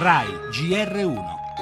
RAI GR1.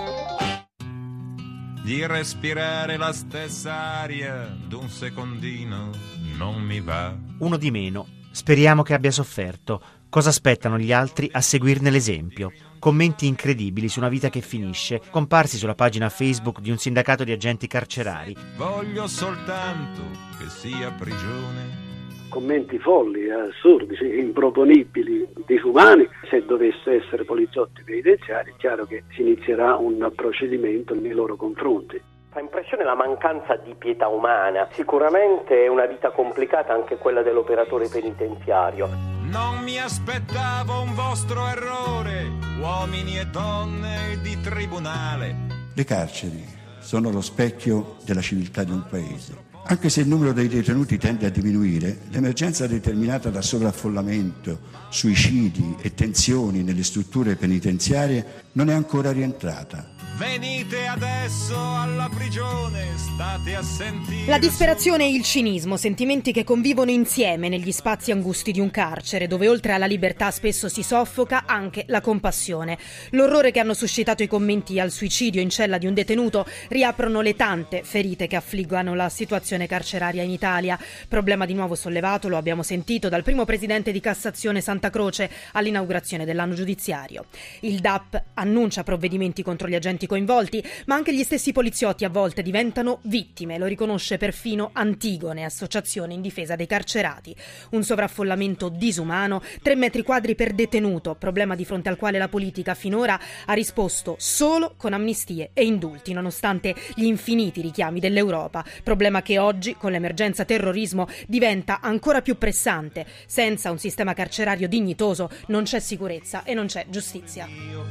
Di respirare la stessa aria d'un secondino non mi va. Uno di meno. Speriamo che abbia sofferto. Cosa aspettano gli altri a seguirne l'esempio? Commenti incredibili su una vita che finisce, comparsi sulla pagina Facebook di un sindacato di agenti carcerari. Voglio soltanto che sia prigione. Commenti folli, assurdi, improponibili, disumani. Se dovesse essere poliziotti penitenziari è chiaro che si inizierà un procedimento nei loro confronti. Fa impressione la mancanza di pietà umana. Sicuramente è una vita complicata anche quella dell'operatore penitenziario. Non mi aspettavo un vostro errore, uomini e donne di tribunale. Le carceri sono lo specchio della civiltà di un paese. Anche se il numero dei detenuti tende a diminuire, l'emergenza determinata da sovraffollamento, suicidi e tensioni nelle strutture penitenziarie non è ancora rientrata. Venite adesso alla prigione, state a sentire. La disperazione e il cinismo, sentimenti che convivono insieme negli spazi angusti di un carcere, dove oltre alla libertà spesso si soffoca anche la compassione. L'orrore che hanno suscitato i commenti al suicidio in cella di un detenuto riaprono le tante ferite che affliggono la situazione carceraria in Italia. Problema di nuovo sollevato, lo abbiamo sentito, dal primo presidente di Cassazione Santa Croce all'inaugurazione dell'anno giudiziario. Il DAP annuncia provvedimenti contro gli agenti coinvolti, ma anche gli stessi poliziotti a volte diventano vittime, lo riconosce perfino Antigone, associazione in difesa dei carcerati. Un sovraffollamento disumano, 3 metri quadri per detenuto, problema di fronte al quale la politica finora ha risposto solo con amnistie e indulti, nonostante gli infiniti richiami dell'Europa, problema che oggi, con l'emergenza terrorismo, diventa ancora più pressante. Senza un sistema carcerario dignitoso non c'è sicurezza e non c'è giustizia.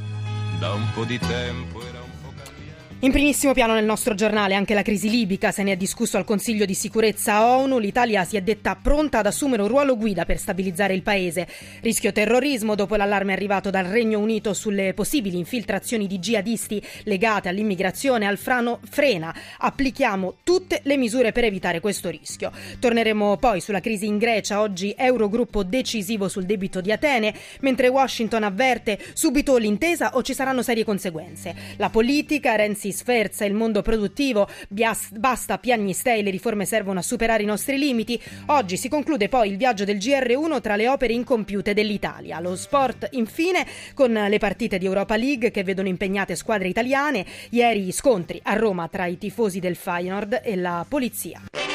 Da un po' di tempo era un po' capito. In primissimo piano nel nostro giornale anche la crisi libica, se ne è discusso al Consiglio di sicurezza ONU, l'Italia si è detta pronta ad assumere un ruolo guida per stabilizzare il paese. Rischio terrorismo dopo l'allarme arrivato dal Regno Unito sulle possibili infiltrazioni di jihadisti legate all'immigrazione al frena. Applichiamo tutte le misure per evitare questo rischio. Torneremo poi sulla crisi in Grecia, oggi Eurogruppo decisivo sul debito di Atene, mentre Washington avverte subito l'intesa o ci saranno serie conseguenze. La politica, Renzi sferza il mondo produttivo, basta piagnistei, le riforme servono a superare i nostri limiti. Oggi si conclude poi il viaggio del GR1 tra le opere incompiute dell'Italia. Lo sport infine con le partite di Europa League che vedono impegnate squadre italiane. Ieri scontri a Roma tra i tifosi del Feyenoord e la polizia.